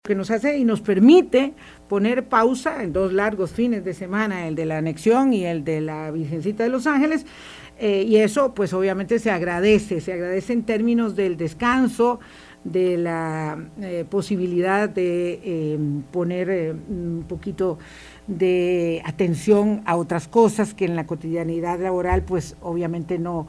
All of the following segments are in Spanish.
que nos hace y nos permite poner pausa en 2 largos fines de semana, el de la anexión y el de la Virgencita de los Ángeles, y eso pues obviamente se agradece en términos del descanso, de la posibilidad de poner un poquito de atención a otras cosas que en la cotidianidad laboral pues obviamente no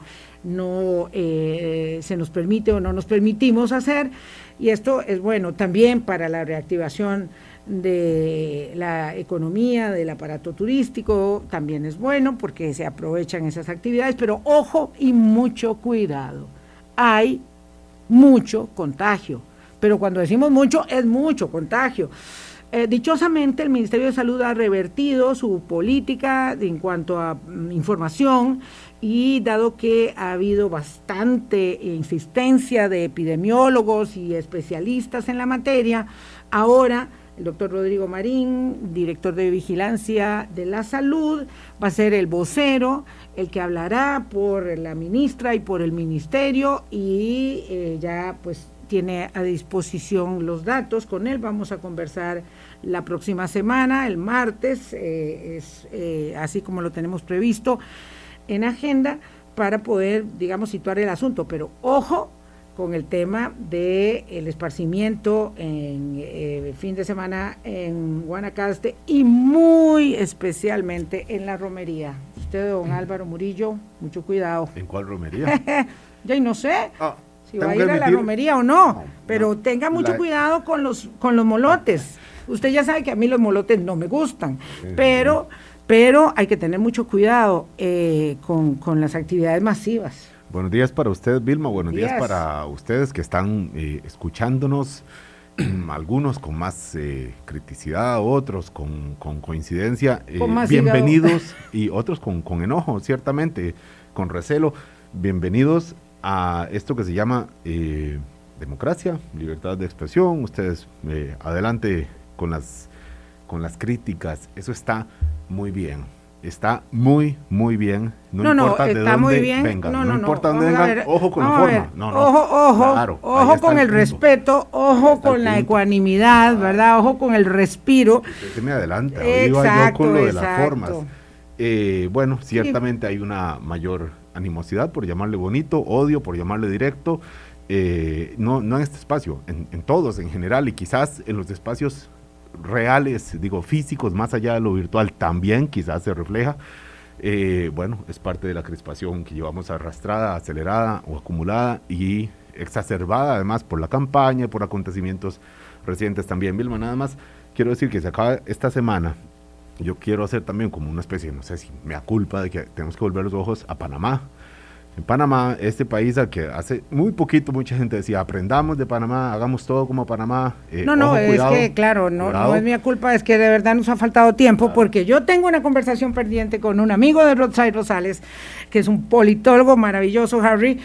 se nos permite o no nos permitimos hacer, y esto es bueno también para la reactivación de la economía, del aparato turístico, también es bueno porque se aprovechan esas actividades, pero ojo y mucho cuidado, hay mucho contagio, pero cuando decimos mucho, es mucho contagio. Dichosamente el Ministerio de Salud ha revertido su política en cuanto a información, y dado que ha habido bastante insistencia de epidemiólogos y especialistas en la materia, ahora el doctor Rodrigo Marín, director de Vigilancia de la Salud, va a ser el vocero, el que hablará por la ministra y por el ministerio, y ya pues tiene a disposición los datos. Con él vamos a conversar la próxima semana, el martes, así como lo tenemos previsto en agenda, para poder, digamos, situar el asunto, pero ojo con el tema del esparcimiento en fin de semana en Guanacaste y muy especialmente en la romería. Usted, don Álvaro Murillo, mucho cuidado. ¿En cuál romería? Ya, y no sé si va a ir a la romería o no, pero tenga mucho cuidado con los molotes. Usted ya sabe que a mí los molotes no me gustan, pero hay que tener mucho cuidado con las actividades masivas. Buenos días para usted, Vilma. Buenos días para ustedes que están escuchándonos, algunos con más criticidad, otros con coincidencia, con bienvenidos, y otros con enojo, ciertamente, con recelo. Bienvenidos a esto que se llama democracia, libertad de expresión. Ustedes adelante con las críticas, eso está muy bien. Está muy, muy bien. No importa de dónde vengan. No importa dónde vengan. Ojo con la forma. Ojo con el respeto, ojo con la ecuanimidad, ¿verdad? Ojo con el respiro. Usted me adelanta. Iba yo con lo de las formas. Bueno, ciertamente hay una mayor animosidad, por llamarle bonito, odio, por llamarle directo. No en este espacio, en todos en general, y quizás en los espacios reales, físicos, más allá de lo virtual, también quizás se refleja. Bueno, es parte de la crispación que llevamos arrastrada, acelerada o acumulada y exacerbada además por la campaña, por acontecimientos recientes también. Vilma, nada más quiero decir que se acaba esta semana. Yo quiero hacer también como una especie, no sé si me culpa de que tenemos que volver los ojos a Panamá. En Panamá, este país al que hace muy poquito mucha gente decía, aprendamos de Panamá, hagamos todo como Panamá. No, es que claro, no es mi culpa, es que de verdad nos ha faltado tiempo, porque yo tengo una conversación pendiente con un amigo de Rodside Rosales, que es un politólogo maravilloso, Harry,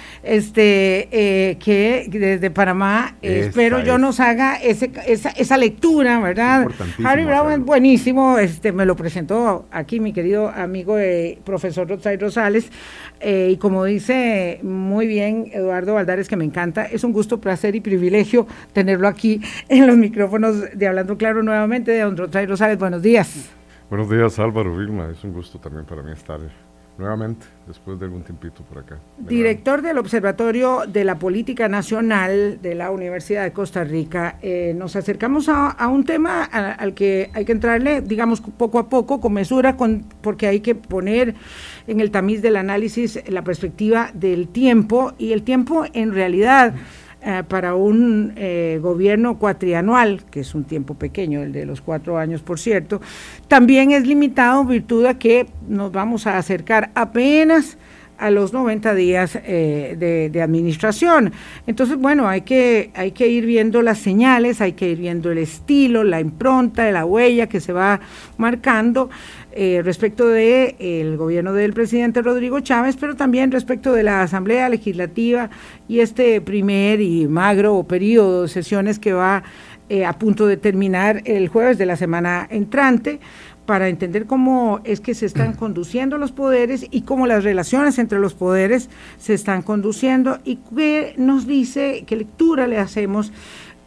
que desde Panamá espero yo nos haga esa lectura, ¿verdad? Harry Brown es buenísimo, me lo presentó aquí mi querido amigo profesor Rodside Rosales, y como dice muy bien Eduardo Valdares, que me encanta, es un gusto, placer y privilegio tenerlo aquí en los micrófonos de Hablando Claro nuevamente, de don Rodside Rosales. Buenos días. Buenos días, Álvaro, Vilma, es un gusto también para mí estar nuevamente, después de algún tiempito por acá. Director del Observatorio de la Política Nacional de la Universidad de Costa Rica, nos acercamos a un tema al que hay que entrarle, digamos, poco a poco, con mesura, porque hay que poner en el tamiz del análisis la perspectiva del tiempo, y el tiempo en realidad para un gobierno cuatrianual, que es un tiempo pequeño, el de los 4 años por cierto, también es limitado en virtud a que nos vamos a acercar apenas a los 90 días de administración. Entonces, bueno, hay que ir viendo las señales, hay que ir viendo el estilo, la impronta, la huella que se va marcando respecto de el gobierno del presidente Rodrigo Chávez, pero también respecto de la Asamblea Legislativa y este primer y magro periodo de sesiones que va a punto de terminar el jueves de la semana entrante, para entender cómo es que se están conduciendo los poderes y cómo las relaciones entre los poderes se están conduciendo, y qué nos dice, qué lectura le hacemos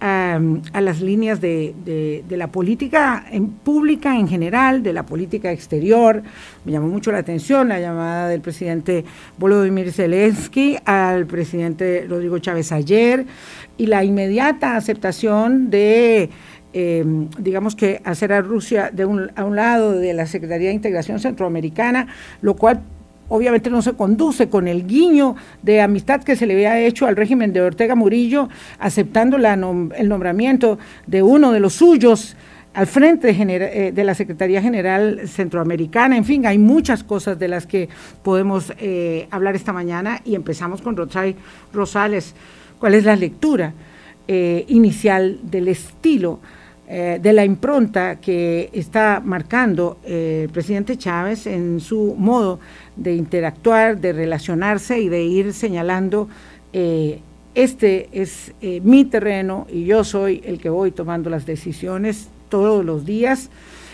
a las líneas de la política pública en general, de la política exterior. Me llamó mucho la atención la llamada del presidente Volodymyr Zelensky al presidente Rodrigo Chávez ayer y la inmediata aceptación de, digamos que hacer a Rusia a un lado de la Secretaría de Integración Centroamericana, lo cual obviamente no se conduce con el guiño de amistad que se le había hecho al régimen de Ortega Murillo, aceptando el nombramiento de uno de los suyos al frente de la Secretaría General Centroamericana. En fin, hay muchas cosas de las que podemos hablar esta mañana y empezamos con Rosay Rosales. ¿Cuál es la lectura inicial del estilo, de la impronta que está marcando el presidente Chávez en su modo de interactuar, de relacionarse y de ir señalando, este es mi terreno y yo soy el que voy tomando las decisiones todos los días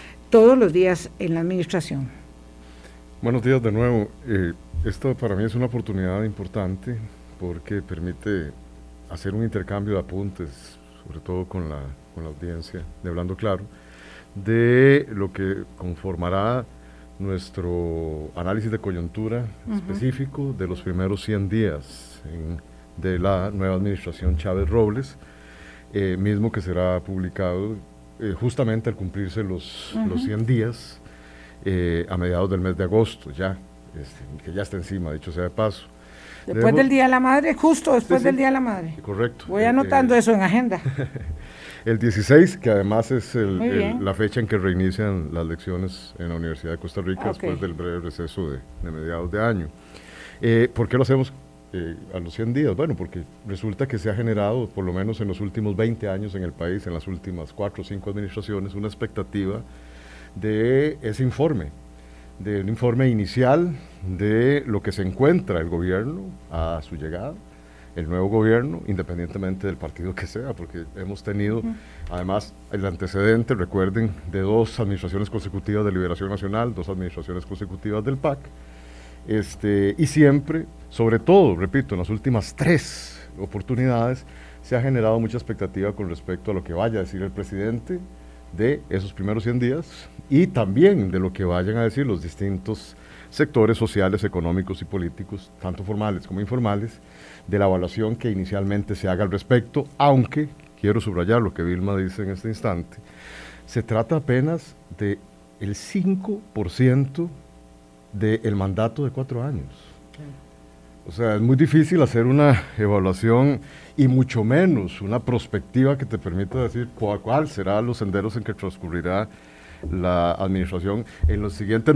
en la administración? Buenos días de nuevo. Esto para mí es una oportunidad importante porque permite hacer un intercambio de apuntes, sobre todo con la audiencia de Hablando Claro, de lo que conformará nuestro análisis de coyuntura específico de los primeros 100 días de la nueva administración Chávez Robles, mismo que será publicado justamente al cumplirse los 100 días a mediados del mes de agosto, que ya está encima, dicho sea de paso. Después del Día de la Madre, justo después del Día de la Madre. Correcto. Voy anotando eso en agenda. El 16, que además es la fecha en que reinician las lecciones en la Universidad de Costa Rica después del breve receso de mediados de año. ¿Por qué lo hacemos a los 100 días? Bueno, porque resulta que se ha generado, por lo menos en los últimos 20 años en el país, en las últimas 4 o 5 administraciones, una expectativa de ese informe, de un informe inicial de lo que se encuentra el gobierno a su llegada, el nuevo gobierno, independientemente del partido que sea, porque hemos tenido, además, el antecedente, recuerden, de 2 administraciones consecutivas de Liberación Nacional, 2 administraciones consecutivas del PAC, y siempre, sobre todo, repito, en las últimas 3 oportunidades, se ha generado mucha expectativa con respecto a lo que vaya a decir el presidente de esos primeros 100 días y también de lo que vayan a decir los distintos sectores sociales, económicos y políticos, tanto formales como informales, de la evaluación que inicialmente se haga al respecto, aunque, quiero subrayar lo que Vilma dice en este instante, se trata apenas del 5% del mandato de 4 años. O sea, es muy difícil hacer una evaluación y mucho menos una prospectiva que te permita decir cuál serán los senderos en que transcurrirá la administración en los siguientes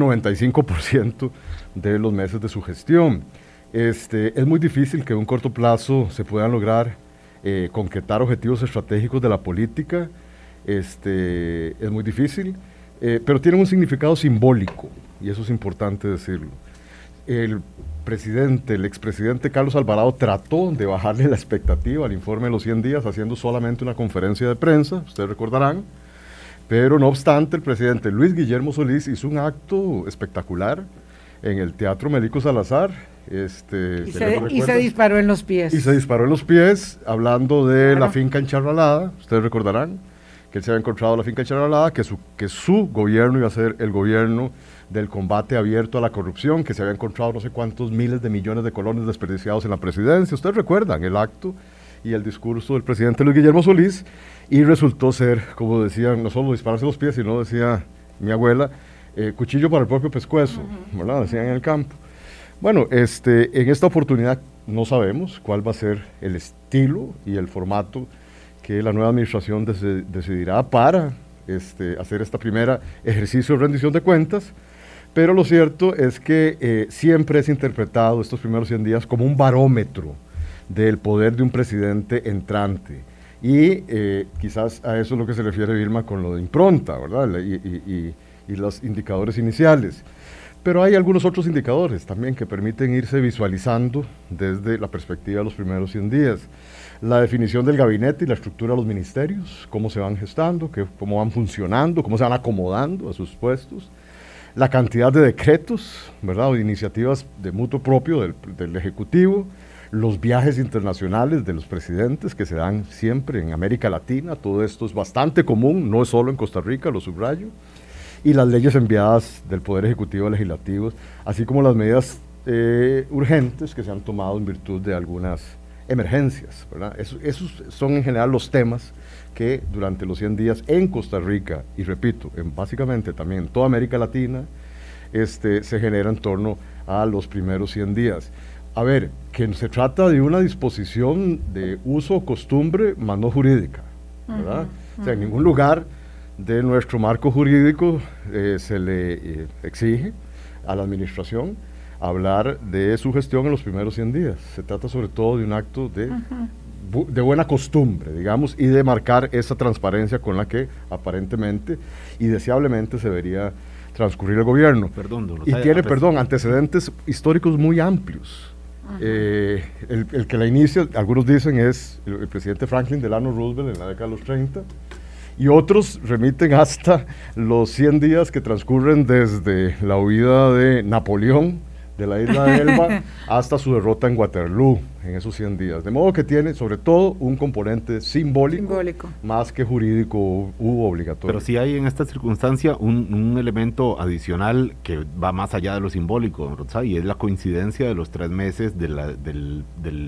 95% de los meses de su gestión. Es muy difícil que en un corto plazo se puedan lograr concretar objetivos estratégicos de la política, es muy difícil, pero tienen un significado simbólico, y eso es importante decirlo. El expresidente Carlos Alvarado trató de bajarle la expectativa al informe de los 100 días haciendo solamente una conferencia de prensa, ustedes recordarán, pero no obstante el presidente Luis Guillermo Solís hizo un acto espectacular en el Teatro Melico Salazar. Y se disparó en los pies. Y se disparó en los pies, hablando de la finca Encharralada. Ustedes recordarán que él se había encontrado la finca Encharralada, que su gobierno iba a ser el gobierno del combate abierto a la corrupción, que se había encontrado no sé cuántos miles de millones de colones desperdiciados en la presidencia. Ustedes recuerdan el acto y el discurso del presidente Luis Guillermo Solís, y resultó ser, como decían, no solo dispararse los pies, sino, decía mi abuela, cuchillo para el propio pescuezo, ¿verdad? Decían en el campo. Bueno, en esta oportunidad no sabemos cuál va a ser el estilo y el formato que la nueva administración decidirá para hacer esta primera ejercicio de rendición de cuentas, pero lo cierto es que siempre es interpretado estos primeros 100 días como un barómetro del poder de un presidente entrante, y quizás a eso es lo que se refiere Vilma con lo de impronta, ¿verdad? Y los indicadores iniciales. Pero hay algunos otros indicadores también que permiten irse visualizando desde la perspectiva de los primeros 100 días. La definición del gabinete y la estructura de los ministerios, cómo se van gestando, cómo van funcionando, cómo se van acomodando a sus puestos. La cantidad de decretos, ¿verdad? O de iniciativas de mutuo propio del Ejecutivo. los viajes internacionales de los presidentes que se dan siempre en América Latina, todo esto es bastante común, no es solo en Costa Rica, lo subrayo, y las leyes enviadas del Poder Ejecutivo a Legislativos, así como las medidas urgentes que se han tomado en virtud de algunas emergencias, ¿verdad? Esos son en general los temas que durante los 100 días en Costa Rica, y repito, básicamente también en toda América Latina, se genera en torno a los primeros 100 días. A ver, que se trata de una disposición de uso o costumbre, más no jurídica, ¿verdad? O sea, en ningún lugar de nuestro marco jurídico se le exige a la administración hablar de su gestión en los primeros 100 días. Se trata sobre todo de un acto de buena costumbre, digamos, y de marcar esa transparencia con la que aparentemente y deseablemente se debería transcurrir el gobierno. Y tiene, antecedentes históricos muy amplios. El que la inicia, algunos dicen, es el presidente Franklin Delano Roosevelt en la década de los 30, y otros remiten hasta los 100 días que transcurren desde la huida de Napoleón de la isla de Elba hasta su derrota en Waterloo, en esos 100 días. De modo que tiene, sobre todo, un componente simbólico. Más que jurídico u obligatorio. Pero sí hay en esta circunstancia un elemento adicional que va más allá de lo simbólico, don Rotzai, y es la coincidencia de los 3 meses del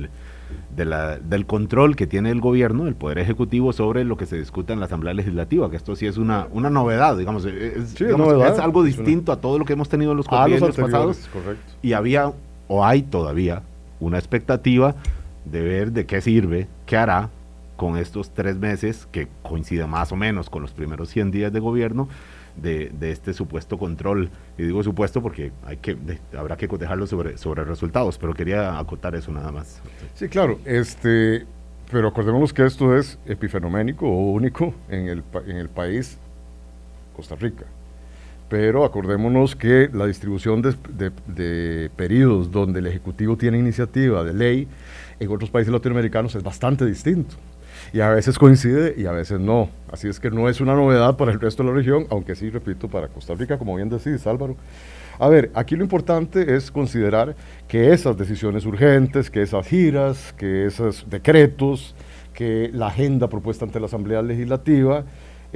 control que tiene el gobierno, el Poder Ejecutivo, sobre lo que se discuta en la Asamblea Legislativa, que esto sí es una novedad, digamos, es algo distinto a todo lo que hemos tenido en los cuatrienios pasados. Correcto. Y había, o hay todavía, una expectativa de ver de qué sirve, qué hará con estos 3 meses, que coincide más o menos con los primeros 100 días de gobierno, de este supuesto control. Y digo supuesto porque habrá que cotejarlo sobre resultados, pero quería acotar eso nada más. Sí, claro, pero acordémonos que esto es epifenoménico o único en el país Costa Rica. Pero acordémonos que la distribución de periodos donde el Ejecutivo tiene iniciativa de ley en otros países latinoamericanos es bastante distinto. Y a veces coincide y a veces no. Así es que no es una novedad para el resto de la región, aunque sí, repito, para Costa Rica, como bien decís, Álvaro. A ver, aquí lo importante es considerar que esas decisiones urgentes, que esas giras, que esos decretos, que la agenda propuesta ante la Asamblea Legislativa,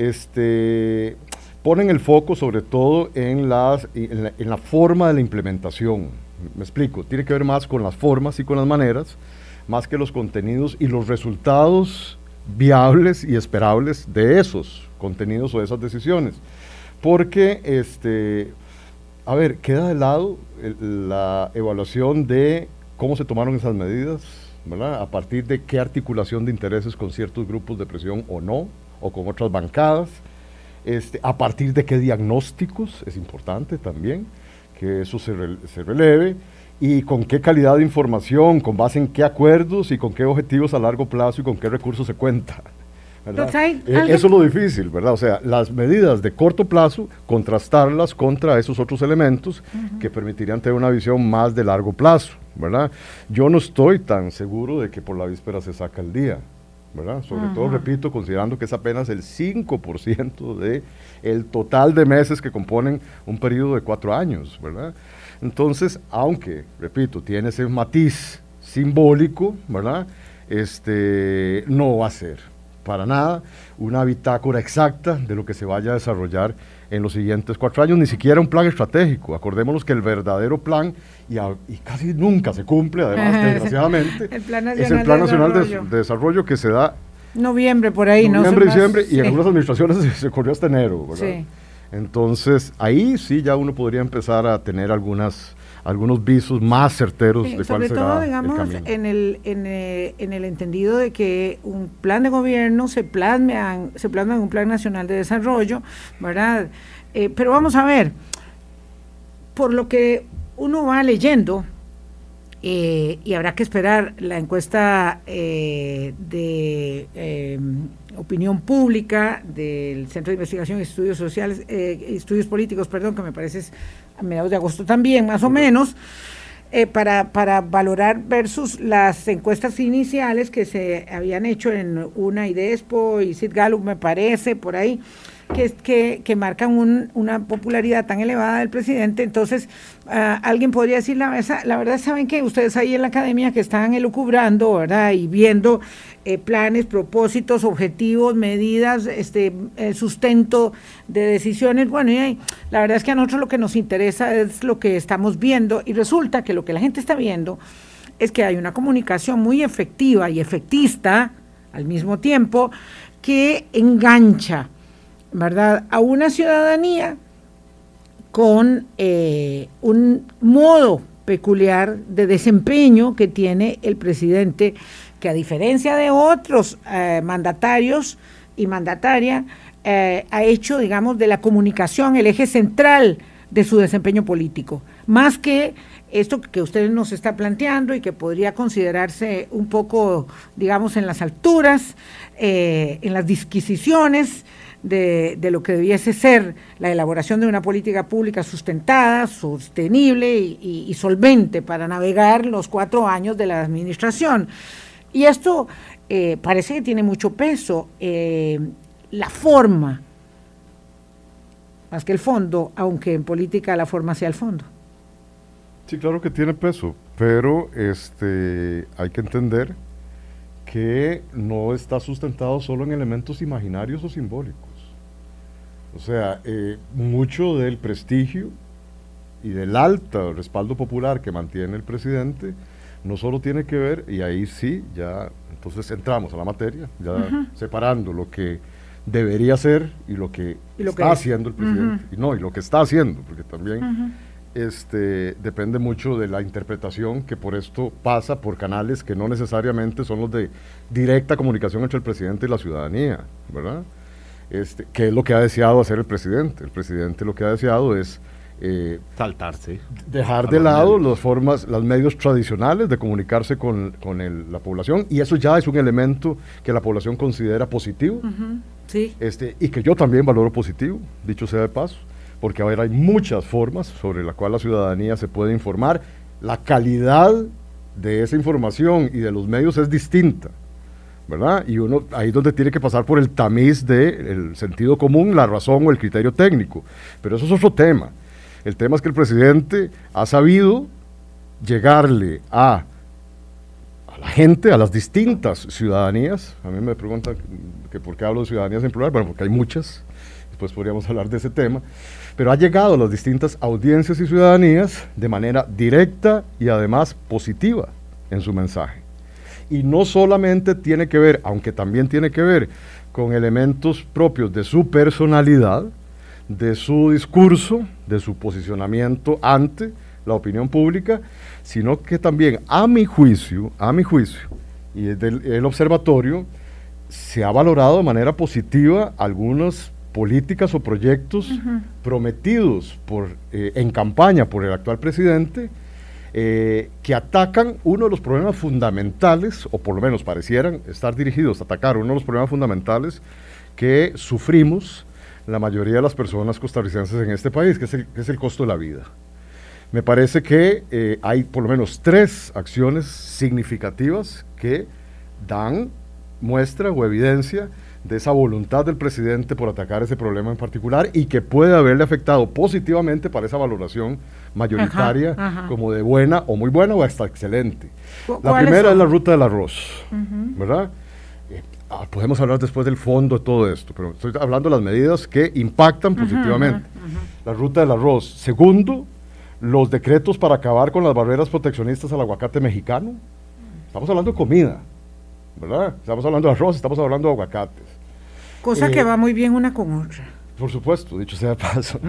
ponen el foco sobre todo en la forma de la implementación. Me explico, tiene que ver más con las formas y con las maneras, más que los contenidos y los resultados viables y esperables de esos contenidos o de esas decisiones. Porque, queda de lado la evaluación de cómo se tomaron esas medidas, ¿verdad? A partir de qué articulación de intereses con ciertos grupos de presión o no, o con otras bancadas, a partir de qué diagnósticos, es importante también que eso se releve, y con qué calidad de información, con base en qué acuerdos y con qué objetivos a largo plazo y con qué recursos se cuenta, ¿verdad? Eso es lo difícil, ¿verdad? O sea, las medidas de corto plazo, contrastarlas contra esos otros elementos que permitirían tener una visión más de largo plazo, ¿verdad? Yo no estoy tan seguro de que por la víspera se saca el día, ¿verdad? Sobre todo, repito, considerando que es apenas el 5% del total de meses que componen un periodo de 4 años, ¿verdad? Entonces, aunque, repito, tiene ese matiz simbólico, ¿verdad? No va a ser para nada una bitácora exacta de lo que se vaya a desarrollar en los siguientes 4 años, ni siquiera un plan estratégico. Acordémonos que el verdadero plan, y casi nunca se cumple, además, desgraciadamente, es el Plan Nacional de Desarrollo que se da noviembre, por ahí, noviembre, diciembre, y en algunas administraciones se corrió hasta enero, ¿verdad? Sí. Entonces, ahí sí ya uno podría empezar a tener algunos visos más certeros de cuál será todo, digamos, el camino. En el entendido de que un plan de gobierno se plasma en un plan nacional de desarrollo, ¿verdad? Pero vamos a ver, por lo que uno va leyendo, y habrá que esperar la encuesta de opinión pública del Centro de Investigación y Estudios Sociales, Estudios Políticos, perdón, que me parece es a mediados de agosto también, más o menos, para valorar versus las encuestas iniciales que se habían hecho en UNA y Despo y Sid Gallup, me parece, por ahí, que marcan una popularidad tan elevada del presidente. Entonces, alguien podría decir, la verdad, ¿saben qué? Ustedes ahí en la academia que están elucubrando, ¿verdad? Y viendo planes, propósitos, objetivos, medidas, sustento de decisiones. Bueno, y la verdad es que a nosotros lo que nos interesa es lo que estamos viendo, y resulta que lo que la gente está viendo es que hay una comunicación muy efectiva y efectista al mismo tiempo, que engancha, ¿verdad?, a una ciudadanía con un modo peculiar de desempeño que tiene el presidente, que a diferencia de otros mandatarios y mandataria, ha hecho, digamos, de la comunicación el eje central de su desempeño político, más que esto que usted nos está planteando y que podría considerarse un poco, digamos, en las alturas, en las disquisiciones de lo que debiese ser la elaboración de una política pública sustentada, sostenible y solvente para navegar los 4 años de la administración. Y esto parece que tiene mucho peso. La forma, más que el fondo, aunque en política la forma sea el fondo. Sí, claro que tiene peso, pero hay que entender que no está sustentado solo en elementos imaginarios o simbólicos. O sea, mucho del prestigio y del alto respaldo popular que mantiene el presidente no solo tiene que ver, y ahí sí, ya entonces entramos a la materia, ya separando lo que debería ser y lo que está haciendo el presidente, y lo que está haciendo, porque también depende mucho de la interpretación, que por esto pasa por canales que no necesariamente son los de directa comunicación entre el presidente y la ciudadanía, ¿verdad? ¿Qué es lo que ha deseado hacer el presidente? El presidente lo que ha deseado es saltarse, dejar de lado los medios tradicionales de comunicarse con la población, y eso ya es un elemento que la población considera positivo, sí. Y que yo también valoro positivo, dicho sea de paso, porque ahora hay muchas formas sobre las cuales la ciudadanía se puede informar. La calidad de esa información y de los medios es distinta, ¿verdad? Y uno ahí es donde tiene que pasar por el tamiz del sentido común, la razón o el criterio técnico, pero eso es otro tema. El tema es que el presidente ha sabido llegarle a la gente, a las distintas ciudadanías. A mí me preguntan que por qué hablo de ciudadanías en plural. Bueno, porque hay muchas, después podríamos hablar de ese tema, pero ha llegado a las distintas audiencias y ciudadanías de manera directa y además positiva en su mensaje. Y no solamente tiene que ver, aunque también tiene que ver con elementos propios de su personalidad, de su discurso, de su posicionamiento ante la opinión pública, sino que también, a mi juicio, y desde el observatorio, se ha valorado de manera positiva algunas políticas o proyectos prometidos en campaña por el actual presidente, que atacan uno de los problemas fundamentales, o por lo menos parecieran estar dirigidos a atacar uno de los problemas fundamentales que sufrimos la mayoría de las personas costarricenses en este país, que es el costo de la vida. Me parece que hay por lo menos 3 acciones significativas que dan muestra o evidencia de esa voluntad del presidente por atacar ese problema en particular, y que puede haberle afectado positivamente para esa valoración mayoritaria, como de buena o muy buena o hasta excelente. La primera es la ruta del arroz, ¿verdad? Podemos hablar después del fondo de todo esto, pero estoy hablando de las medidas que impactan positivamente. La ruta del arroz. Segundo, los decretos para acabar con las barreras proteccionistas al aguacate mexicano. Estamos hablando de comida, ¿verdad? Estamos hablando de arroz, estamos hablando de aguacates. Cosa que va muy bien una con otra. Por supuesto, dicho sea de paso.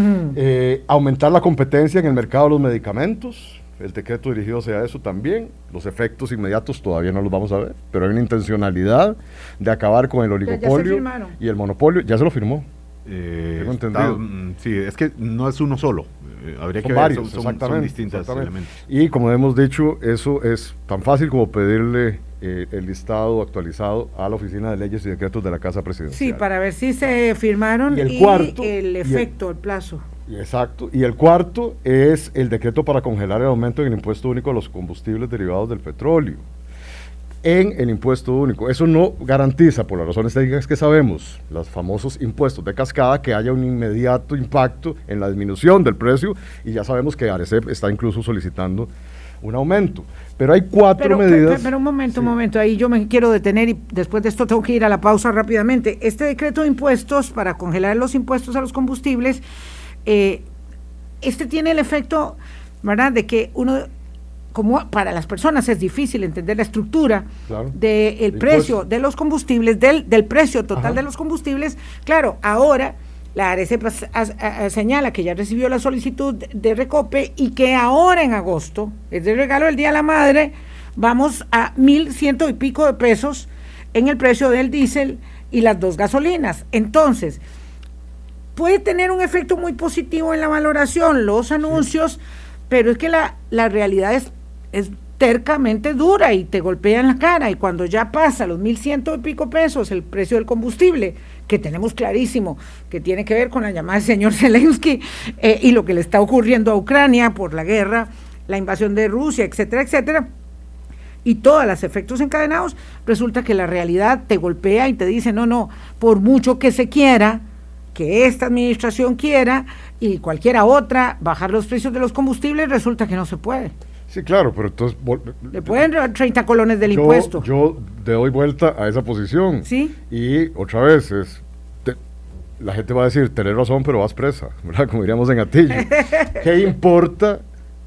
Aumentar la competencia en el mercado de los medicamentos. El decreto dirigido hacia eso también. Los efectos inmediatos todavía no los vamos a ver, pero hay una intencionalidad de acabar con el oligopolio y el monopolio. Ya se lo firmó. Tengo entendido. Sí, es que no es uno solo. Habría son que varios, ver, son distintos elementos. Y como hemos dicho, eso es tan fácil como pedirle el listado actualizado a la Oficina de Leyes y Decretos de la Casa Presidencial. Sí, para ver si se firmaron el cuarto, el efecto, el plazo. Exacto. Y el cuarto es el decreto para congelar el aumento en el impuesto único a los combustibles derivados del petróleo. en el impuesto único. Eso no garantiza, por las razones técnicas que sabemos, los famosos impuestos de cascada, que haya un inmediato impacto en la disminución del precio, y ya sabemos que Arecep está incluso solicitando un aumento. Pero hay cuatro medidas. Pero un momento, ahí yo me quiero detener y después de esto tengo que ir a la pausa rápidamente. Este decreto de impuestos para congelar los impuestos a los combustibles, tiene el efecto, ¿verdad?, de que uno, como para las personas es difícil entender la estructura del precio de los combustibles, del precio total de los combustibles. Claro, ahora la Arecep señala que ya recibió la solicitud de recope y que ahora en agosto, es el regalo del Día de la Madre, vamos a 1,100 y pico de pesos en el precio del diésel y las dos gasolinas. Entonces, puede tener un efecto muy positivo en la valoración, los anuncios, pero es que la realidad es tercamente dura y te golpea en la cara, y cuando ya pasa los 1,100 y pico pesos el precio del combustible, que tenemos clarísimo que tiene que ver con la llamada del señor Zelensky y lo que le está ocurriendo a Ucrania por la guerra, la invasión de Rusia, etcétera, etcétera, y todos los efectos encadenados, resulta que la realidad te golpea y te dice, no, por mucho que se quiera, que esta administración quiera y cualquiera otra bajar los precios de los combustibles, resulta que no se puede. Sí, claro, pero entonces... Le pueden dar 30 colones del impuesto. Yo le doy vuelta a esa posición. ¿Sí? Y otra vez, la gente va a decir, tenés razón, pero vas presa, ¿verdad? Como diríamos en Atillo. ¿Qué importa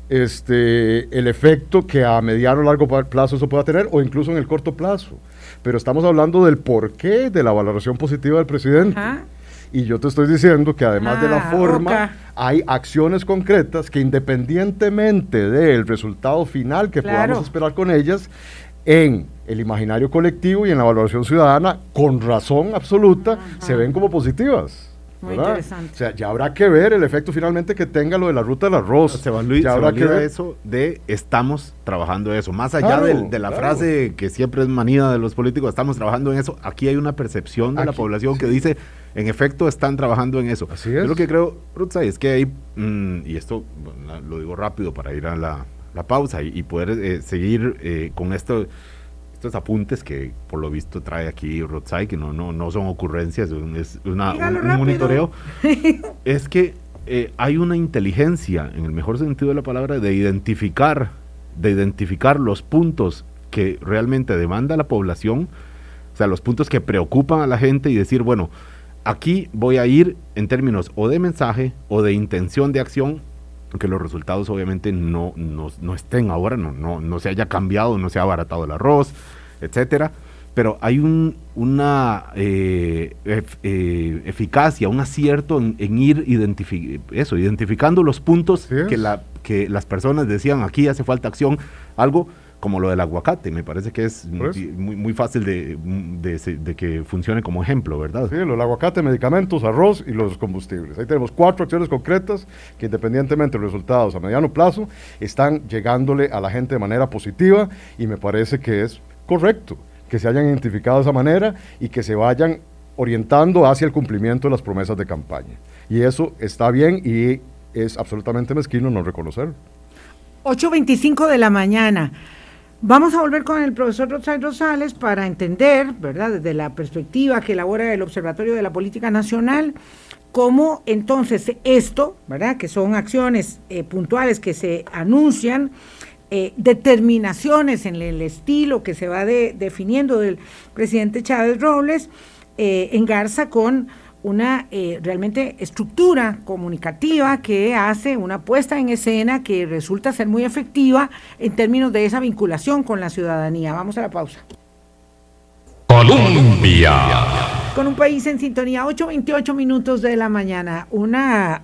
el efecto que a mediano o largo plazo eso pueda tener, o incluso en el corto plazo? Pero estamos hablando del porqué de la valoración positiva del presidente. Ajá. Y yo te estoy diciendo que además de la forma, hay acciones concretas que, independientemente del resultado final que podamos esperar con ellas, en el imaginario colectivo y en la valoración ciudadana, con razón absoluta, se ven como positivas. Muy interesante. O sea, ya habrá que ver el efecto finalmente que tenga lo de la ruta del arroz. Se habrá que ver eso de estamos trabajando eso. Más allá de la frase que siempre es manía de los políticos, estamos trabajando en eso. Aquí hay una percepción de la población que dice, en efecto, están trabajando en eso. Así es. Yo lo que creo, Rutsay, es que hay, y esto lo digo rápido para ir a la pausa y poder seguir con estos apuntes que por lo visto trae aquí Rutsay, que no son ocurrencias, es un monitoreo. Es que hay una inteligencia, en el mejor sentido de la palabra, de identificar los puntos que realmente demanda la población, o sea, los puntos que preocupan a la gente, y decir, bueno, aquí voy a ir en términos o de mensaje o de intención de acción, aunque los resultados obviamente no estén ahora, no se haya cambiado, no se ha abaratado el arroz, etcétera, pero hay una eficacia, un acierto en ir identificando los puntos que las personas decían, aquí hace falta acción, algo como lo del aguacate, me parece que es muy fácil de que funcione como ejemplo, ¿verdad? Sí, lo del aguacate, medicamentos, arroz y los combustibles. Ahí tenemos 4 acciones concretas que, independientemente de los resultados a mediano plazo, están llegándole a la gente de manera positiva, y me parece que es correcto que se hayan identificado de esa manera y que se vayan orientando hacia el cumplimiento de las promesas de campaña. Y eso está bien, y es absolutamente mezquino no reconocerlo. 8:25 de la mañana. Vamos a volver con el profesor Rutsay Rosales para entender, ¿verdad?, desde la perspectiva que elabora el Observatorio de la Política Nacional, cómo entonces esto, ¿verdad?, que son acciones puntuales que se anuncian, determinaciones en el estilo que se va definiendo del presidente Chávez Robles, engarza con una realmente estructura comunicativa que hace una puesta en escena que resulta ser muy efectiva en términos de esa vinculación con la ciudadanía. Vamos a la pausa. Colombia. Con un país en sintonía, 8:28 minutos de la mañana, una,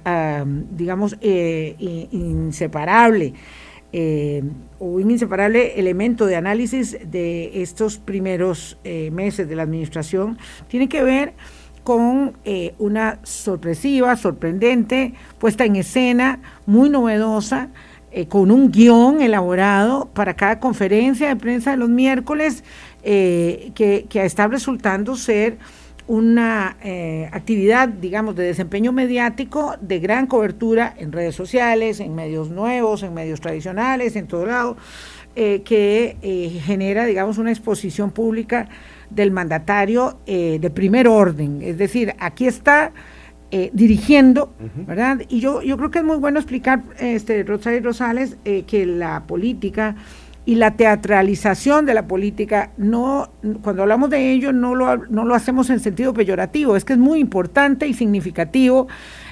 inseparable o un inseparable elemento de análisis de estos primeros meses de la administración tiene que ver con una sorprendente puesta en escena, muy novedosa, con un guión elaborado para cada conferencia de prensa de los miércoles, que está resultando ser una actividad, digamos, de desempeño mediático de gran cobertura en redes sociales, en medios nuevos, en medios tradicionales, en todo lado, que genera, digamos, una exposición pública del mandatario de primer orden, es decir, aquí está dirigiendo, ¿verdad? Y yo creo que es muy bueno explicar, Rosario Rosales, que la política y la teatralización de la política, cuando hablamos de ello, no lo hacemos en sentido peyorativo, es que es muy importante y significativo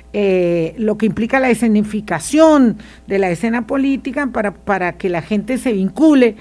lo que implica la escenificación de la escena política para que la gente se vincule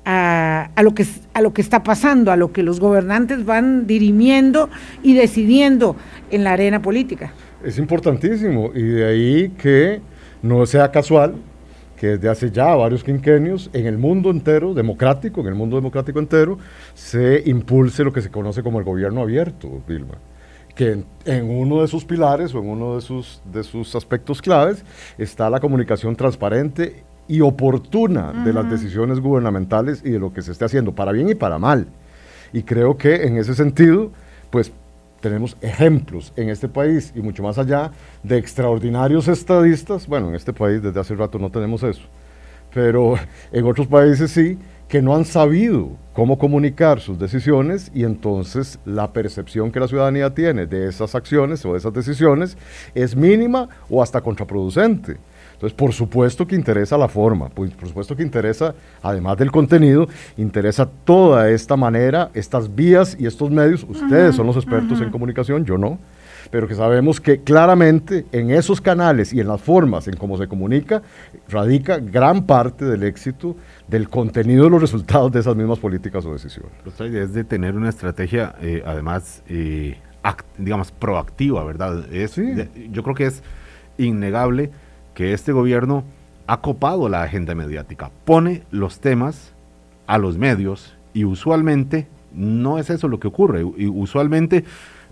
a lo que está pasando, a lo que los gobernantes van dirimiendo y decidiendo en la arena política. Es importantísimo, y de ahí que no sea casual que desde hace ya varios quinquenios en el mundo entero democrático, entero, se impulse lo que se conoce como el gobierno abierto, Vilma, que en uno de sus pilares o en uno de sus aspectos claves está la comunicación transparente y oportuna de las decisiones gubernamentales y de lo que se esté haciendo, para bien y para mal. Y creo que en ese sentido, pues tenemos ejemplos en este país y mucho más allá de extraordinarios estadistas. Bueno, en este país desde hace rato no tenemos eso, pero en otros países sí, que no han sabido cómo comunicar sus decisiones, y entonces la percepción que la ciudadanía tiene de esas acciones o de esas decisiones es mínima o hasta contraproducente. Entonces, por supuesto que interesa la forma, por supuesto que interesa, además del contenido, interesa toda esta manera, estas vías y estos medios. Ustedes son los expertos en comunicación, yo no, pero que sabemos que claramente en esos canales y en las formas en cómo se comunica radica gran parte del éxito del contenido de los resultados de esas mismas políticas o decisiones. Nuestra idea es de tener una estrategia, además, digamos, proactiva, ¿verdad? Yo creo que es innegable que este gobierno ha copado la agenda mediática, pone los temas a los medios, y usualmente no es eso lo que ocurre. Y usualmente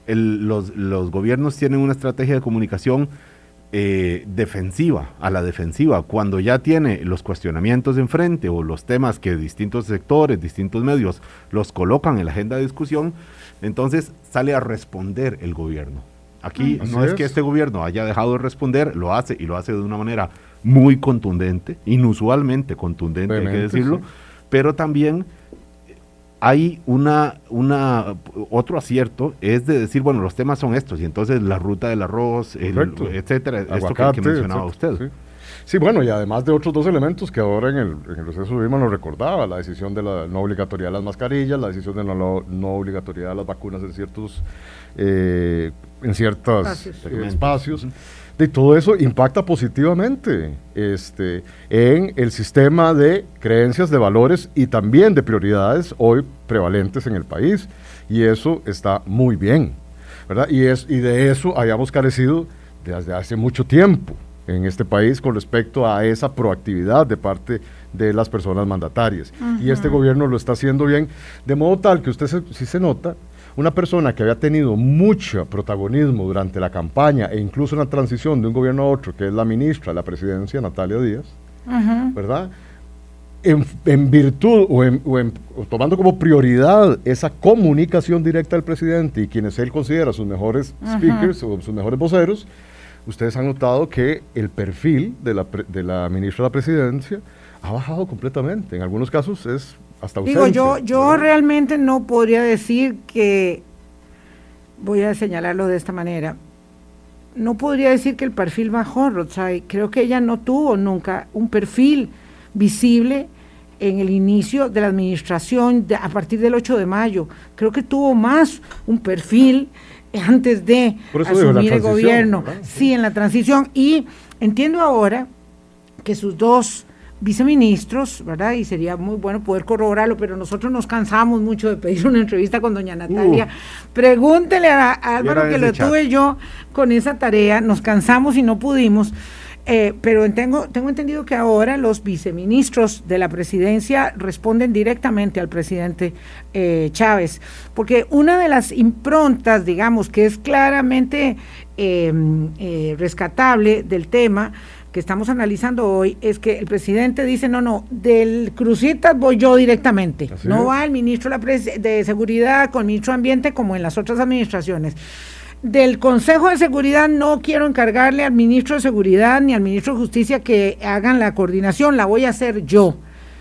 los gobiernos tienen una estrategia de comunicación defensiva, a la defensiva, cuando ya tiene los cuestionamientos enfrente o los temas que distintos sectores, distintos medios los colocan en la agenda de discusión, entonces sale a responder el gobierno. Aquí no es que este gobierno haya dejado de responder, lo hace, y lo hace de una manera muy contundente, inusualmente contundente, hay que decirlo, pero también hay otro acierto, es de decir, bueno, los temas son estos, y entonces la ruta del arroz, etcétera, esto que mencionaba usted. Sí, bueno, y además de otros dos elementos que ahora en el proceso mismo nos recordaba, la decisión de la no obligatoriedad de las mascarillas, la decisión de la no obligatoriedad de las vacunas en ciertos espacios. Y todo eso impacta positivamente en el sistema de creencias, de valores y también de prioridades hoy prevalentes en el país, y eso está muy bien, ¿verdad? Y de eso hayamos carecido desde hace mucho tiempo en este país con respecto a esa proactividad de parte de las personas mandatarias. Y este gobierno lo está haciendo bien, de modo tal que usted sí se nota, una persona que había tenido mucho protagonismo durante la campaña e incluso en la transición de un gobierno a otro, que es la ministra de la presidencia, Natalia Díaz, ¿verdad? En virtud o tomando como prioridad esa comunicación directa del presidente y quienes él considera sus mejores speakers o sus mejores voceros, ustedes han notado que el perfil de la ministra de la presidencia ha bajado completamente. En algunos casos es hasta ausencia. Digo, yo realmente no podría decir que, voy a señalarlo de esta manera, no podría decir que el perfil bajó, Rotsay. Creo que ella no tuvo nunca un perfil visible en el inicio de la administración a partir del 8 de mayo. Creo que tuvo más un perfil antes de asumir el gobierno. Sí, en la transición. Y entiendo ahora que sus dos viceministros, ¿verdad? Y sería muy bueno poder corroborarlo, pero nosotros nos cansamos mucho de pedir una entrevista con doña Natalia. Pregúntele a Álvaro, que lo tuve yo con esa tarea, nos cansamos y no pudimos, pero tengo entendido que ahora los viceministros de la presidencia responden directamente al presidente Chávez, porque una de las improntas, digamos, que es claramente rescatable del tema que estamos analizando hoy, es que el presidente dice, no, del Cruzitas voy yo directamente, no va el ministro de Seguridad con el ministro de Ambiente como en las otras administraciones. Del Consejo de Seguridad no quiero encargarle al ministro de Seguridad ni al ministro de Justicia que hagan la coordinación, la voy a hacer yo.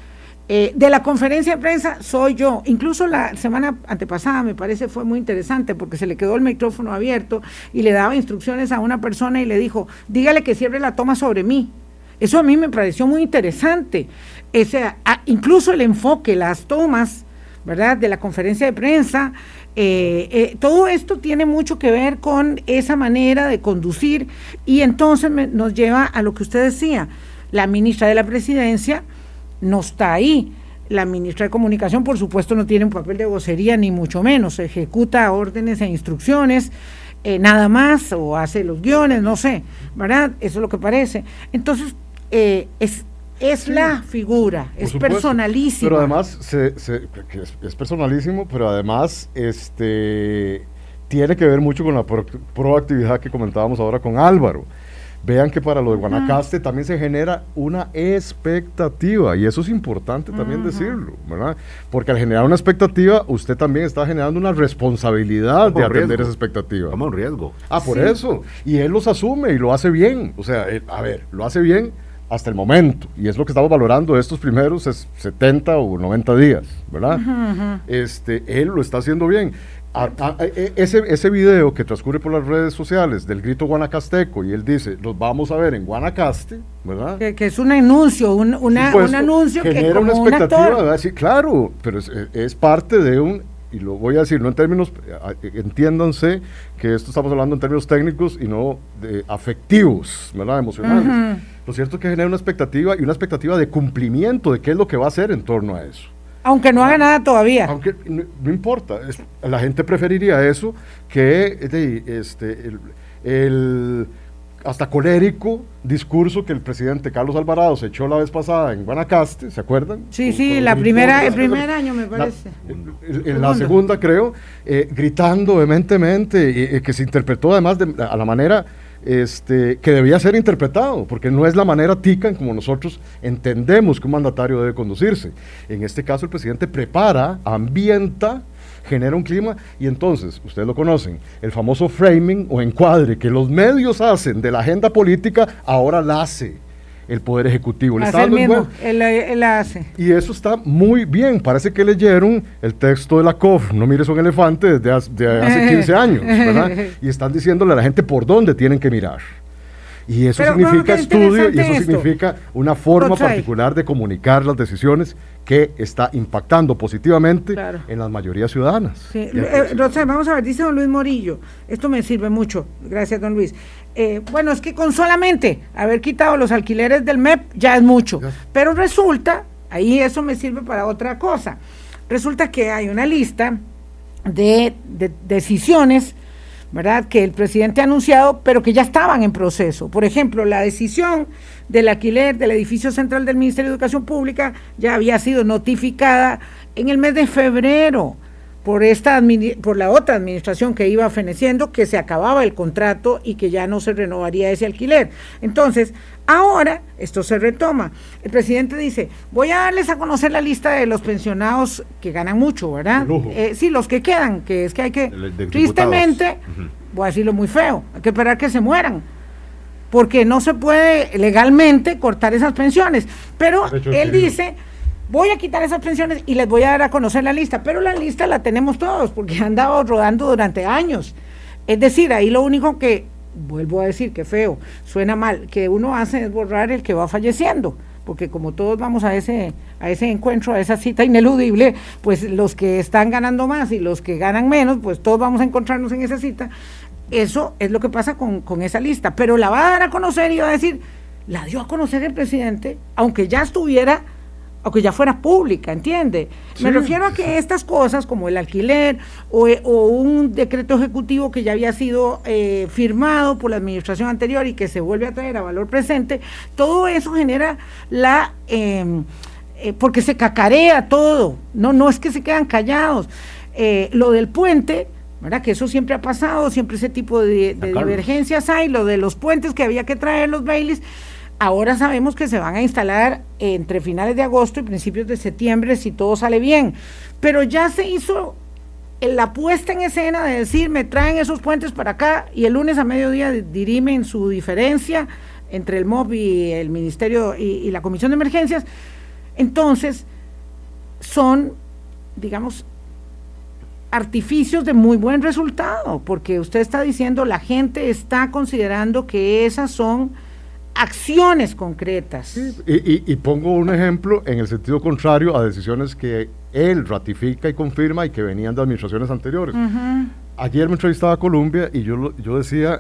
De la conferencia de prensa soy yo. Incluso la semana antepasada me parece fue muy interesante porque se le quedó el micrófono abierto y le daba instrucciones a una persona y le dijo, dígale que cierre la toma sobre mí. Eso a mí me pareció muy interesante. Incluso el enfoque, las tomas, ¿verdad?, de la conferencia de prensa, todo esto tiene mucho que ver con esa manera de conducir y entonces nos lleva a lo que usted decía, la ministra de la Presidencia no está ahí. La ministra de Comunicación, por supuesto, no tiene un papel de vocería, ni mucho menos, ejecuta órdenes e instrucciones, nada más, o hace los guiones, no sé, ¿verdad? Eso es lo que parece. Entonces, es la figura, es personalísima. Pero además, es personalísimo, pero además tiene que ver mucho con la proactividad que comentábamos ahora con Álvaro. Vean que para lo de Guanacaste también se genera una expectativa, y eso es importante también decirlo, ¿verdad? Porque al generar una expectativa, usted también está generando una responsabilidad de atender esa expectativa. Toma un riesgo. Por eso. Y él los asume y lo hace bien. O sea, lo hace bien hasta el momento, y es lo que estamos valorando estos primeros 70 o 90 días, ¿verdad? Él lo está haciendo bien. Ese video que transcurre por las redes sociales del grito guanacasteco, y él dice, los vamos a ver en Guanacaste, ¿verdad? Que es un anuncio, un anuncio que genera una expectativa, ¿verdad? Sí, claro, pero es parte de un, y lo voy a decir, no en términos, entiéndanse que esto estamos hablando en términos técnicos y no de afectivos, ¿verdad?, emocionales. Lo cierto es que genera una expectativa, y una expectativa de cumplimiento de qué es lo que va a hacer en torno a eso. Aunque no haga nada todavía. Aunque no importa, la gente preferiría eso que el hasta colérico discurso que el presidente Carlos Alvarado se echó la vez pasada en Guanacaste, ¿se acuerdan? Sí, el primer año me parece. En la segunda, creo, gritando vehementemente, que se interpretó además a la manera que debía ser interpretado, porque no es la manera tica en como nosotros entendemos que un mandatario debe conducirse. En este caso el presidente prepara, ambienta, genera un clima, y entonces, ustedes lo conocen, el famoso framing o encuadre que los medios hacen de la agenda política, ahora la hace el Poder Ejecutivo. Él la hace. Y eso está muy bien. Parece que leyeron el texto de la COF, no mires un elefante, desde hace 15 años, ¿verdad? Y están diciéndole a la gente por dónde tienen que mirar. Y eso significa estudio, y eso significa una forma particular de comunicar las decisiones que está impactando positivamente en las mayorías ciudadanas. Sí. Vamos a ver, dice don Luis Morillo, esto me sirve mucho, gracias don Luis. Bueno, es que con solamente haber quitado los alquileres del MEP ya es mucho, pero resulta, ahí eso me sirve para otra cosa, resulta que hay una lista de decisiones, ¿verdad?, que el presidente ha anunciado, pero que ya estaban en proceso. Por ejemplo, la decisión del alquiler del edificio central del Ministerio de Educación Pública ya había sido notificada en el mes de febrero por la otra administración que iba feneciendo, que se acababa el contrato y que ya no se renovaría ese alquiler. Entonces, ahora esto se retoma. El presidente dice, voy a darles a conocer la lista de los pensionados que ganan mucho, ¿verdad? Sí, los que quedan, que es que hay que, tristemente, voy a decirlo muy feo, hay que esperar que se mueran, porque no se puede legalmente cortar esas pensiones. Pero él dice, voy a quitar esas pensiones y les voy a dar a conocer la lista, pero la lista la tenemos todos, porque han andado rodando durante años. Es decir, ahí lo único que, vuelvo a decir que feo, suena mal, que uno hace es borrar el que va falleciendo, porque como todos vamos a ese encuentro, a esa cita ineludible, pues los que están ganando más y los que ganan menos, pues todos vamos a encontrarnos en esa cita. Eso es lo que pasa con esa lista, pero la va a dar a conocer y va a decir, la dio a conocer el presidente, aunque ya fuera pública, ¿entiende? Sí, me refiero a que estas cosas como el alquiler o un decreto ejecutivo que ya había sido firmado por la administración anterior y que se vuelve a traer a valor presente, todo eso genera porque se cacarea todo, no es que se quedan callados. Lo del puente, ¿verdad?, que eso siempre ha pasado, siempre ese tipo de divergencias hay, lo de los puentes que había que traer los baileys. Ahora sabemos que se van a instalar entre finales de agosto y principios de septiembre si todo sale bien, pero ya se hizo la puesta en escena de decir, me traen esos puentes para acá y el lunes a mediodía dirimen su diferencia entre el MOB y el Ministerio y la Comisión de Emergencias. Entonces, son, digamos, artificios de muy buen resultado, porque usted está diciendo, la gente está considerando que esas son acciones concretas. Sí, y pongo un ejemplo en el sentido contrario a decisiones que él ratifica y confirma y que venían de administraciones anteriores. Ayer me entrevistaba a Colombia y yo decía,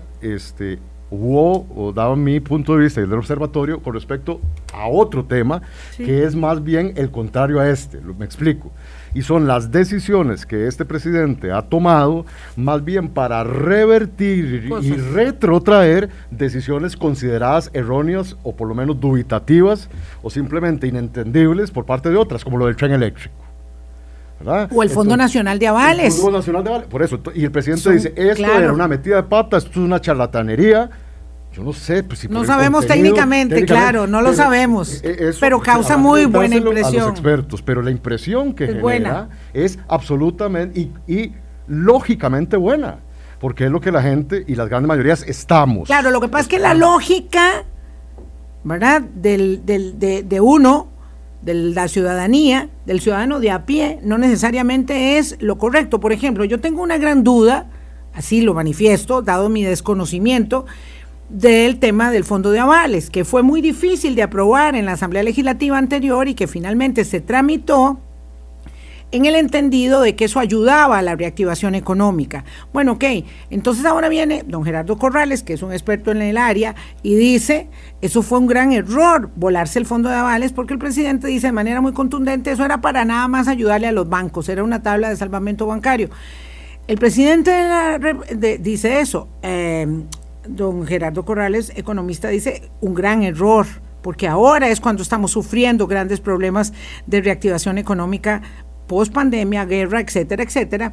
daba mi punto de vista y el del observatorio con respecto a otro tema, que es más bien el contrario a me explico. Y son las decisiones que este presidente ha tomado más bien para revertir y retrotraer decisiones consideradas erróneas o por lo menos dubitativas o simplemente inentendibles por parte de otras, como lo del tren eléctrico, ¿verdad? O el Fondo Nacional de Avales. El Fondo Nacional de Avales, por eso, y el presidente dice, esto era una metida de pata, esto es una charlatanería. Yo no sé, pues si no sabemos técnicamente, claro, no lo sabemos, pero causa muy buena impresión. A los expertos, pero la impresión que genera es absolutamente y lógicamente buena, porque es lo que la gente y las grandes mayorías estamos. Claro, lo que pasa es que la lógica, ¿verdad?, de uno, de la ciudadanía, del ciudadano de a pie, no necesariamente es lo correcto. Por ejemplo, yo tengo una gran duda, así lo manifiesto, dado mi desconocimiento, del tema del Fondo de Avales, que fue muy difícil de aprobar en la Asamblea Legislativa anterior y que finalmente se tramitó en el entendido de que eso ayudaba a la reactivación económica. Bueno, ok, entonces ahora viene don Gerardo Corrales, que es un experto en el área, y dice, eso fue un gran error, volarse el Fondo de Avales, porque el presidente dice de manera muy contundente, eso era para nada más ayudarle a los bancos, era una tabla de salvamento bancario. El presidente dice eso, don Gerardo Corrales, economista, dice un gran error, porque ahora es cuando estamos sufriendo grandes problemas de reactivación económica post pandemia, guerra, etcétera, etcétera.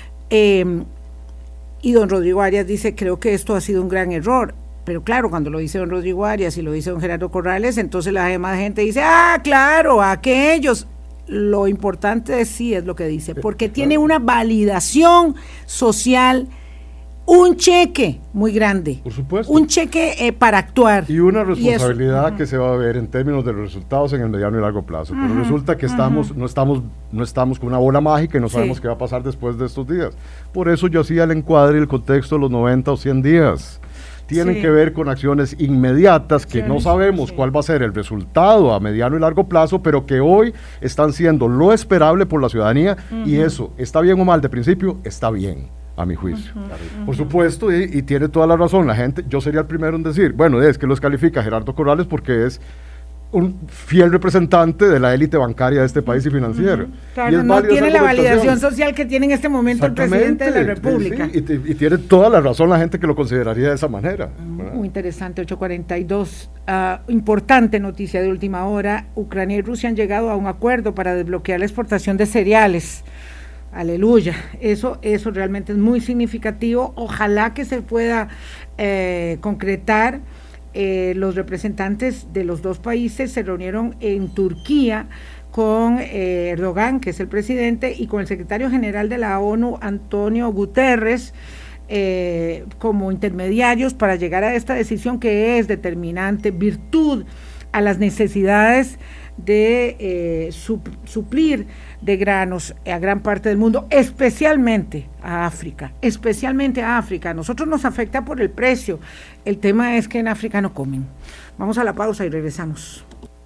Y don Rodrigo Arias dice, creo que esto ha sido un gran error. Pero claro, cuando lo dice don Rodrigo Arias y lo dice don Gerardo Corrales, entonces la demás gente dice, claro, aquellos. Lo importante sí es lo que dice, porque tiene una validación social, un cheque muy grande, por supuesto, un cheque para actuar. Y una responsabilidad que se va a ver en términos de los resultados en el mediano y largo plazo. Pero resulta que no estamos con una bola mágica y no sabemos qué va a pasar después de estos días. Por eso yo hacía el encuadre y el contexto de los 90 o 100 días. Tienen que ver con acciones inmediatas que no sabemos cuál va a ser el resultado a mediano y largo plazo, pero que hoy están siendo lo esperable por la ciudadanía, y eso, ¿está bien o mal de principio? Está bien, a mi juicio. Por supuesto, y tiene toda la razón la gente, yo sería el primero en decir, bueno, es que los califica Gerardo Corrales porque es un fiel representante de la élite bancaria de este país y financiero. Claro, no tiene la validación social que tiene en este momento el presidente de la República. Sí, y tiene toda la razón la gente que lo consideraría de esa manera. Muy interesante, 8:42. Importante noticia de última hora, Ucrania y Rusia han llegado a un acuerdo para desbloquear la exportación de cereales. Aleluya, eso realmente es muy significativo, ojalá que se pueda concretar. Los representantes de los dos países se reunieron en Turquía con Erdogan, que es el presidente, y con el secretario general de la ONU, Antonio Guterres, como intermediarios para llegar a esta decisión que es determinante, virtud a las necesidades de suplir de granos a gran parte del mundo, especialmente a África. A nosotros nos afecta por el precio, el tema es que en África no comen. Vamos a la pausa y regresamos.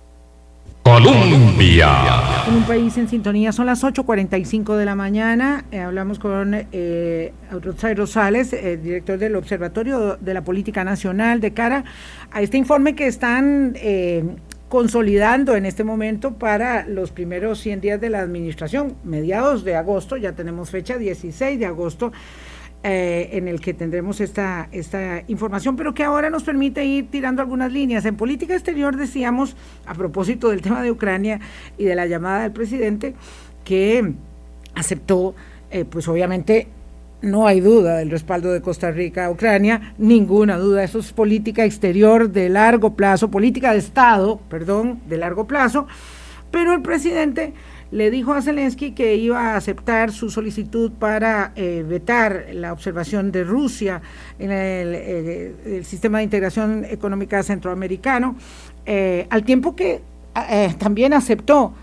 Colombia. En un país en sintonía, son las 8:45 de la mañana, hablamos con Rotzai Rosales, director del Observatorio de la Política Nacional, de cara a este informe que están consolidando en este momento para los primeros 100 días de la administración, mediados de agosto, ya tenemos fecha 16 de agosto, en el que tendremos esta información, pero que ahora nos permite ir tirando algunas líneas. En política exterior decíamos, a propósito del tema de Ucrania y de la llamada del presidente, que aceptó, pues obviamente, no hay duda del respaldo de Costa Rica a Ucrania, ninguna duda, eso es política exterior de largo plazo, política de Estado, de largo plazo, pero el presidente le dijo a Zelensky que iba a aceptar su solicitud para vetar la observación de Rusia en el sistema de integración económica centroamericano, al tiempo que también aceptó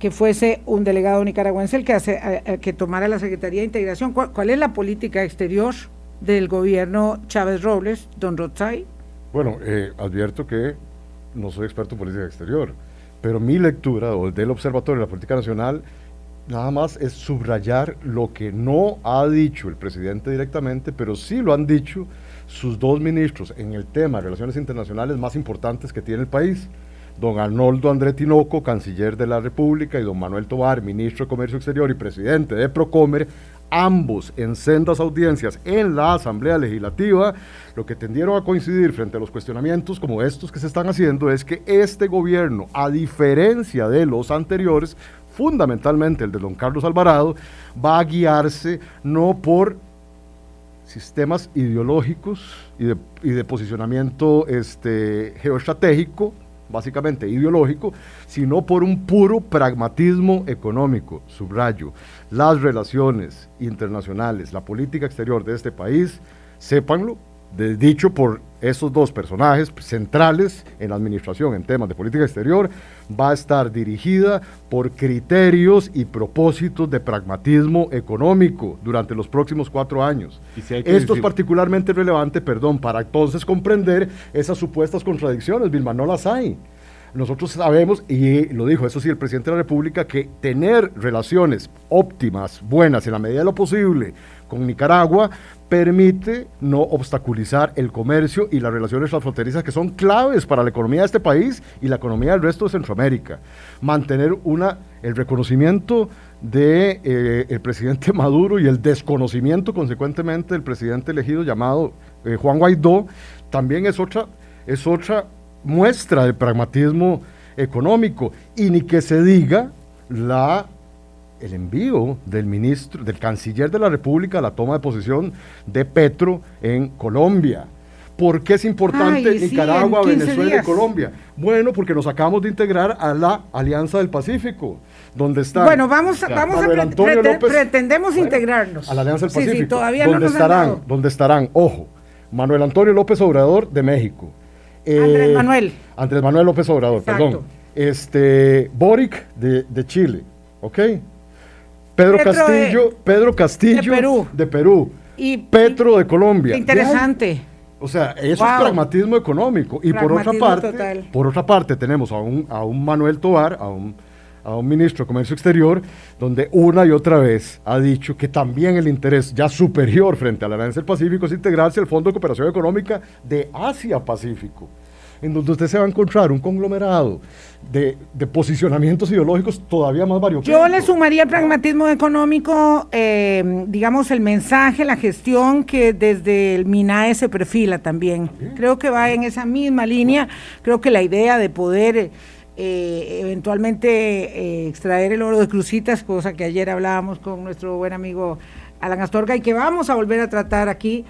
que fuese un delegado nicaragüense el que tomara la Secretaría de Integración. ¿Cuál es la política exterior del gobierno Chávez Robles, don Rotzai? Bueno, advierto que no soy experto en política exterior, pero mi lectura del Observatorio de la Política Nacional nada más es subrayar lo que no ha dicho el presidente directamente, pero sí lo han dicho sus dos ministros en el tema de relaciones internacionales más importantes que tiene el país, don Arnoldo André Tinoco, canciller de la República, y don Manuel Tovar, ministro de Comercio Exterior y presidente de Procomer, ambos en sendas audiencias en la Asamblea Legislativa. Lo que tendieron a coincidir frente a los cuestionamientos como estos que se están haciendo es que este gobierno, a diferencia de los anteriores, fundamentalmente el de don Carlos Alvarado, va a guiarse no por sistemas ideológicos y de posicionamiento geoestratégico, básicamente ideológico, sino por un puro pragmatismo económico. Subrayo, las relaciones internacionales, la política exterior de este país, sépanlo, dicho por esos dos personajes centrales en la administración en temas de política exterior, va a estar dirigida por criterios y propósitos de pragmatismo económico durante los próximos 4 años. Esto es particularmente relevante, para entonces comprender esas supuestas contradicciones. Vilma, no las hay. Nosotros sabemos, y lo dijo, eso sí, el presidente de la República, que tener relaciones óptimas, buenas, en la medida de lo posible, con Nicaragua, permite no obstaculizar el comercio y las relaciones transfronterizas que son claves para la economía de este país y la economía del resto de Centroamérica. Mantener el reconocimiento de el presidente Maduro y el desconocimiento, consecuentemente, del presidente elegido llamado Juan Guaidó, también es otra muestra de pragmatismo económico, y ni que se diga el envío del canciller de la República a la toma de posición de Petro en Colombia. ¿Por qué es importante Nicaragua, Venezuela y Colombia? Bueno, porque nos acabamos de integrar a la Alianza del Pacífico, donde están... Bueno, pretendemos integrarnos. A la Alianza del Pacífico. Sí, todavía no nos han dado. Donde estarán, ojo, Manuel Antonio López Obrador de México. Andrés Manuel López Obrador, exacto. Perdón. Boric de Chile, ¿ok? Pedro Castillo de Perú. Y Petro de Colombia. Interesante. O sea, eso es pragmatismo económico. Y por otra parte tenemos a un Manuel Tovar, a un ministro de Comercio Exterior, donde una y otra vez ha dicho que también el interés ya superior frente a la Alianza del Pacífico es integrarse al Fondo de Cooperación Económica de Asia-Pacífico, en donde usted se va a encontrar un conglomerado de posicionamientos ideológicos todavía más variopintos. Yo le sumaría el pragmatismo económico, digamos, el mensaje, la gestión que desde el MINAE se perfila también. Creo que va en esa misma línea. Creo que la idea de poder eventualmente extraer el oro de Cruzitas, cosa que ayer hablábamos con nuestro buen amigo Alan Astorga y que vamos a volver a tratar aquí,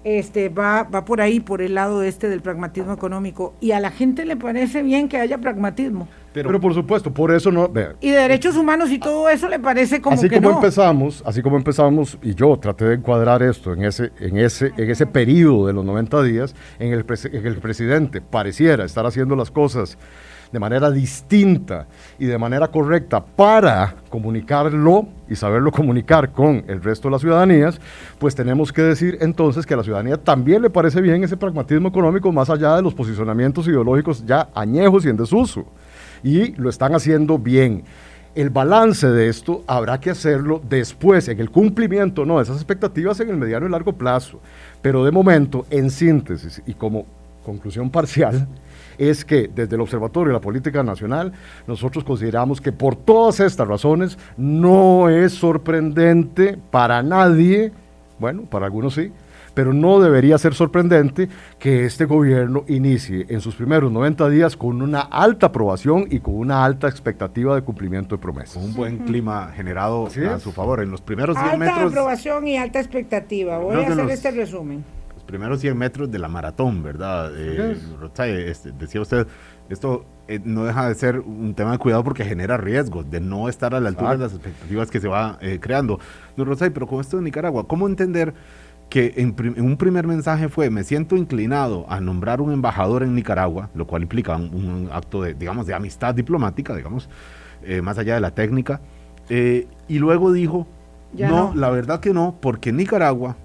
va por ahí, por el lado del pragmatismo económico, y a la gente le parece bien que haya pragmatismo. Pero por supuesto, por eso no... Y de derechos humanos y todo eso le parece como así que como no. Así como empezamos, y yo traté de encuadrar esto en ese periodo de los 90 días, en el el presidente pareciera estar haciendo las cosas de manera distinta y de manera correcta para comunicarlo y saberlo comunicar con el resto de las ciudadanías, pues tenemos que decir entonces que a la ciudadanía también le parece bien ese pragmatismo económico más allá de los posicionamientos ideológicos ya añejos y en desuso, y lo están haciendo bien. El balance de esto habrá que hacerlo después, en el cumplimiento de esas expectativas en el mediano y largo plazo, pero de momento, en síntesis y como conclusión parcial, es que desde el Observatorio de la Política Nacional nosotros consideramos que por todas estas razones no es sorprendente para nadie, bueno, para algunos sí, pero no debería ser sorprendente que este gobierno inicie en sus primeros 90 días con una alta aprobación y con una alta expectativa de cumplimiento de promesas. Con un buen clima generado a su favor en los primeros 10 metros. Alta aprobación y alta expectativa. Voy a hacer este resumen. Primeros 100 metros de la maratón, ¿verdad? Decía usted, esto no deja de ser un tema de cuidado porque genera riesgos de no estar a la altura de las expectativas que se va creando. Don Rotzai, pero con esto de Nicaragua, ¿cómo entender que en un primer mensaje fue: me siento inclinado a nombrar un embajador en Nicaragua, lo cual implica un acto de, digamos, de amistad diplomática, digamos, más allá de la técnica, y luego dijo, no, la verdad que no, porque Nicaragua,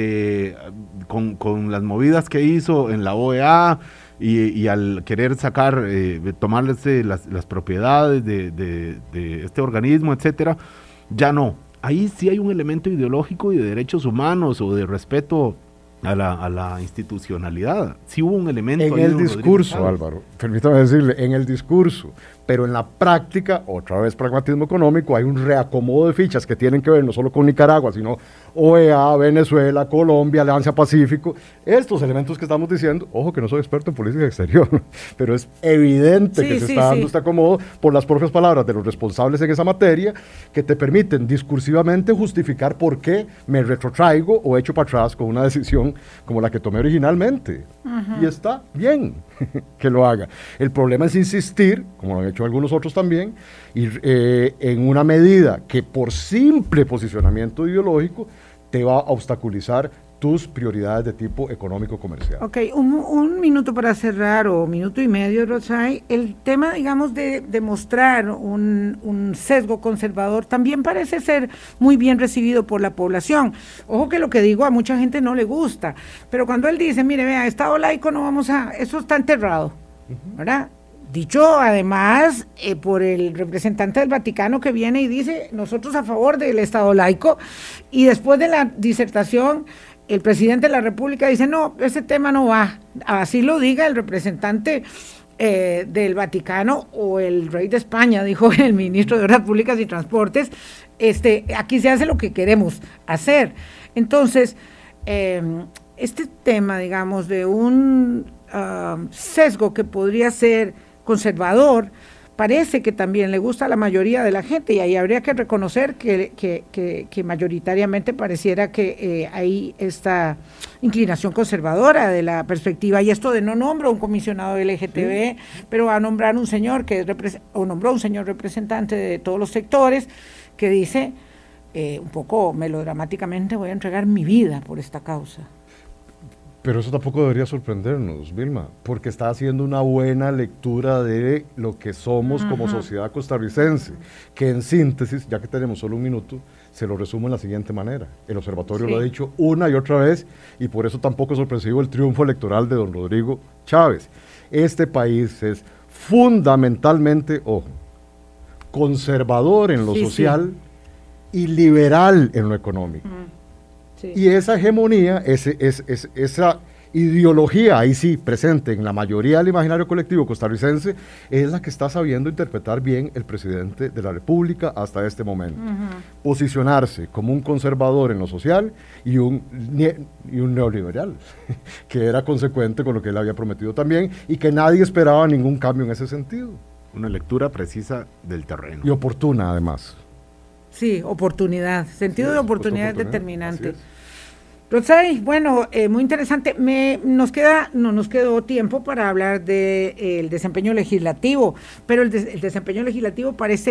con las movidas que hizo en la OEA y al querer tomarles las propiedades de este organismo, etcétera, ya no. Ahí sí hay un elemento ideológico y de derechos humanos o de respeto a la institucionalidad. Sí hubo un elemento en el discurso, Álvaro, permítame decirle, en el discurso, pero en la práctica, otra vez pragmatismo económico, hay un reacomodo de fichas que tienen que ver no solo con Nicaragua, sino OEA, Venezuela, Colombia, Alianza Pacífico, estos elementos que estamos diciendo, ojo que no soy experto en política exterior, pero es evidente que se está dando este acomodo por las propias palabras de los responsables en esa materia, que te permiten discursivamente justificar por qué me retrotraigo o echo para atrás con una decisión como la que tomé originalmente. Y está bien que lo haga. El problema es insistir, como lo han hecho algunos otros también, y en una medida que por simple posicionamiento ideológico te va a obstaculizar tus prioridades de tipo económico-comercial. Ok, un minuto para cerrar, o minuto y medio, Rosay. El tema, digamos, de mostrar un sesgo conservador también parece ser muy bien recibido por la población. Ojo que lo que digo a mucha gente no le gusta, pero cuando él dice, mire, vea, Estado laico no vamos a, eso está enterrado, ¿verdad? Dicho además por el representante del Vaticano que viene y dice, nosotros a favor del Estado laico, y después de la disertación, el presidente de la República dice, no, ese tema no va, así lo diga el representante del Vaticano o el rey de España, dijo el ministro de Obras Públicas y Transportes, aquí se hace lo que queremos hacer. Entonces, este tema, digamos, de un sesgo que podría ser conservador, parece que también le gusta a la mayoría de la gente, y ahí habría que reconocer que mayoritariamente pareciera que hay esta inclinación conservadora de la perspectiva, y esto de no nombro un comisionado LGTB, pero va a nombrar un señor nombró un señor representante de todos los sectores, que dice, un poco melodramáticamente, voy a entregar mi vida por esta causa. Pero eso tampoco debería sorprendernos, Vilma, porque está haciendo una buena lectura de lo que somos como sociedad costarricense, que en síntesis, ya que tenemos solo un minuto, se lo resumo en la siguiente manera. El observatorio lo ha dicho una y otra vez, y por eso tampoco es sorpresivo el triunfo electoral de don Rodrigo Chávez. Este país es fundamentalmente, ojo, conservador en lo social y liberal en lo económico. Sí. Y esa hegemonía, esa ideología ahí sí presente en la mayoría del imaginario colectivo costarricense, es la que está sabiendo interpretar bien el presidente de la República hasta este momento. Posicionarse como un conservador en lo social y un neoliberal, que era consecuente con lo que él había prometido también, y que nadie esperaba ningún cambio en ese sentido. Una lectura precisa del terreno. Y oportuna, además. Sí, oportunidad, sentido de oportunidad es determinante. Rosay, bueno, muy interesante. No nos quedó tiempo para hablar del desempeño legislativo, pero el desempeño legislativo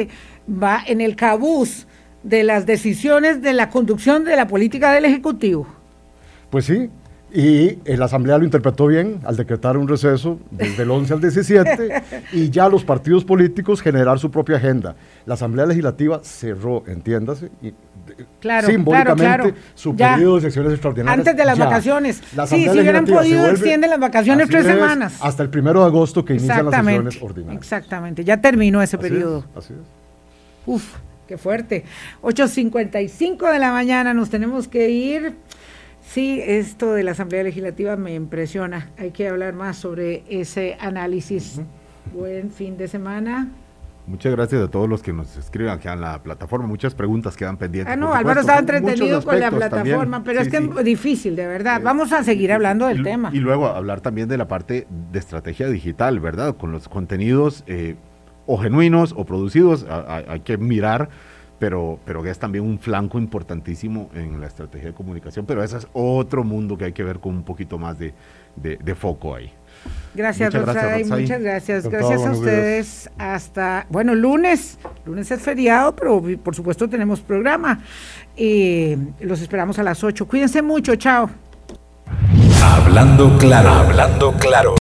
va en el cabuz de las decisiones de la conducción de la política del Ejecutivo. Pues sí. Y la Asamblea lo interpretó bien al decretar un receso desde el 11 al 17 y ya los partidos políticos generar su propia agenda. La Asamblea Legislativa cerró, entiéndase, simbólicamente su periodo de sesiones extraordinarias. Antes de las vacaciones. Si hubieran podido, extienden las vacaciones 3 semanas. Hasta el 1 de agosto que inician las sesiones ordinarias. Exactamente, ya terminó ese periodo. Así es. Uf, qué fuerte. 8:55 de la mañana, nos tenemos que ir. Sí, esto de la Asamblea Legislativa me impresiona. Hay que hablar más sobre ese análisis. Buen fin de semana. Muchas gracias a todos los que nos escriben aquí en la plataforma. Muchas preguntas quedan pendientes. Álvaro estaba entretenido con la plataforma, también, pero es que es difícil, de verdad. Vamos a seguir hablando del tema. Y luego hablar también de la parte de estrategia digital, ¿verdad? Con los contenidos o genuinos o producidos, hay que mirar, pero es también un flanco importantísimo en la estrategia de comunicación. Pero ese es otro mundo que hay que ver con un poquito más de foco ahí. Gracias, Rosay, muchas gracias. Gracias a ustedes. Hasta, lunes es feriado, pero por supuesto tenemos programa. Los esperamos a las 8. Cuídense mucho, chao. Hablando claro.